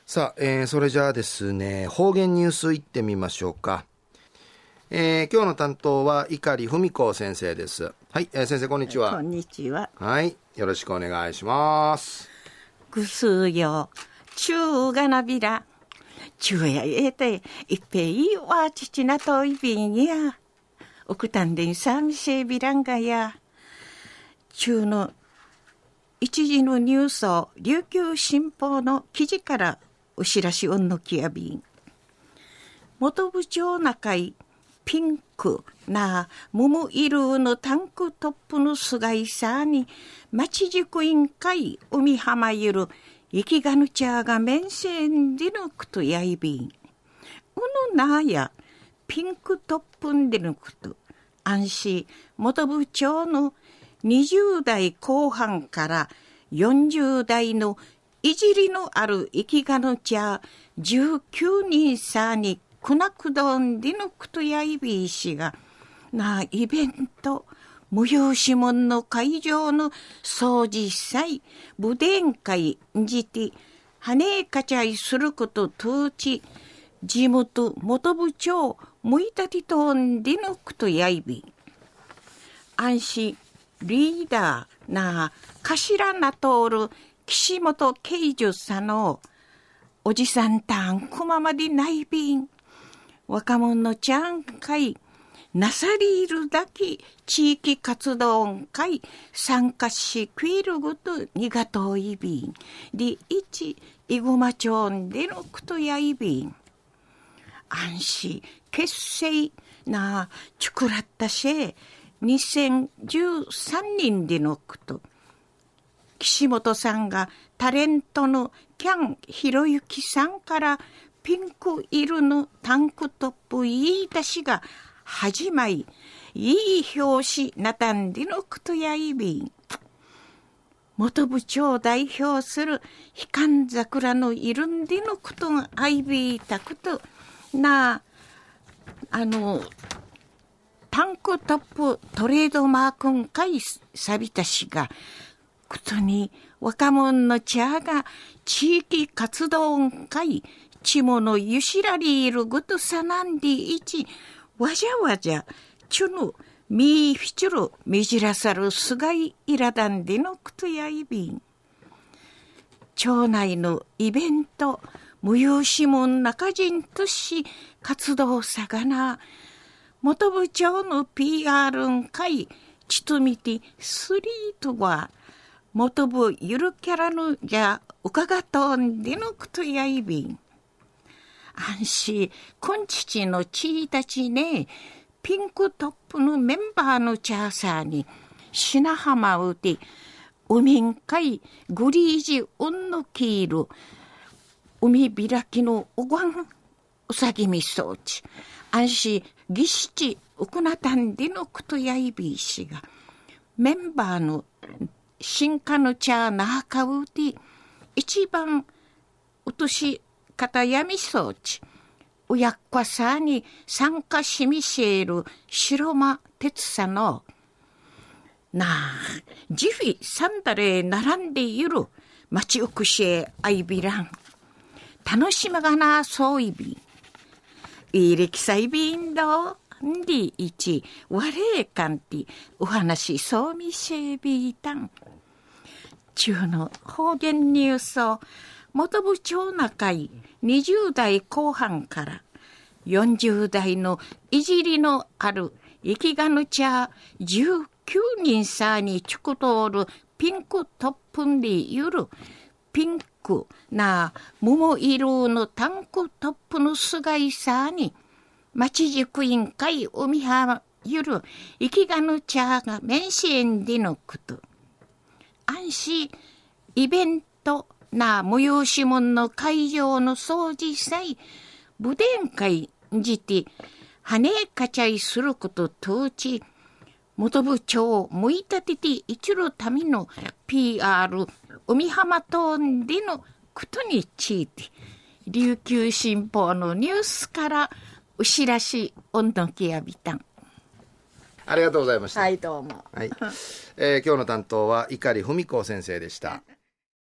さあ、それじゃあですね、方言ニュースいってみましょうか。今日の担当は碇文子先生です。はい、先生こんにちは。 こんにちは。 はい、よろしくお願いします。 ぐすよ中がなびら中やえていっぺいわちちなといびんやおくたんでんさみせびらんがや中の一時のニュースを琉球新報の記事からお知らしおんのきやびん元部長中井ピンクなムムイルのタンクトップの菅井さんに町塾委員会海浜ゆる生きがぬちゃが面線でのくとやいびんうぬなやピンクトップんでのくと安心元部長の20代後半から40代のいじりのある生きがぬちゃ19人さにくなくどんでのくとやいびいしがなイベント催し物の会場の掃除祭武伝会んじてはねかちゃいすること通知地元元部長むいたてとんでのくとやいび安心リーダーな頭なとおる岸本慶樹さんのおじさんたんくままでないびん若者ちゃん会なさりいるだけ地域活動会参加しくいるごとにがといびんで一いごま町でのくとやいびん安心結成なちくらったし2013人でのくと岸本さんがタレントのキャンひろゆきさんからピンク色のタンクトップいいたしが始まりいい表紙なたんでのくとやいびん元部長を代表するひかん桜のいるんでのくとがあいびいたくとなタンクトップトレードマークんかいさびたしがことに若者のちゃが地域活動んかいちものゆしらりいるぐとさなんでいちわじゃわじゃちゅぬみフィチュルみじらさるすがいいらだんでのくとやいびん町内のイベント催しもん中人とし活動さがな元部長の PR んかいちとみてスリートは元部ゆるキャラのじゃうかがとんでのくとやいびん安心こんちちのちいたちねピンクトップのメンバーのチャーサーに品浜うて海んかいグリージうんのきいる海開きのおごんうさぎみ装置安心ぎしちうくなたんでのくとやいびいしがメンバーの新化のチャーなかうて一番うとし方やみ装置うやっこさに参加しみせる白間哲さのなあジフィサンダレ並んでいる町おくしえあいびらん楽しみがなそういびいいれきさいびんどんでいちわれかんてお話そうみせびいたん中の方言ニュースを元部長中井20代後半から40代のいじりのある生きがぬちゃ19人さにちくとおるピンクトップンでゆるピンクなもも色のタンクトップのすがいさに町塾委員会海浜ゆる生きがぬちゃが面線でのこと安心イベントな催し物の会場の掃除祭武伝会じてはねかちゃいすること通知元部長むいたてていちるための PR 海浜島でのことについて琉球新報のニュースからお知らしおんのきやびたんありがとうございました。 はいどうも、 はい今日の担当は碇文子先生でした。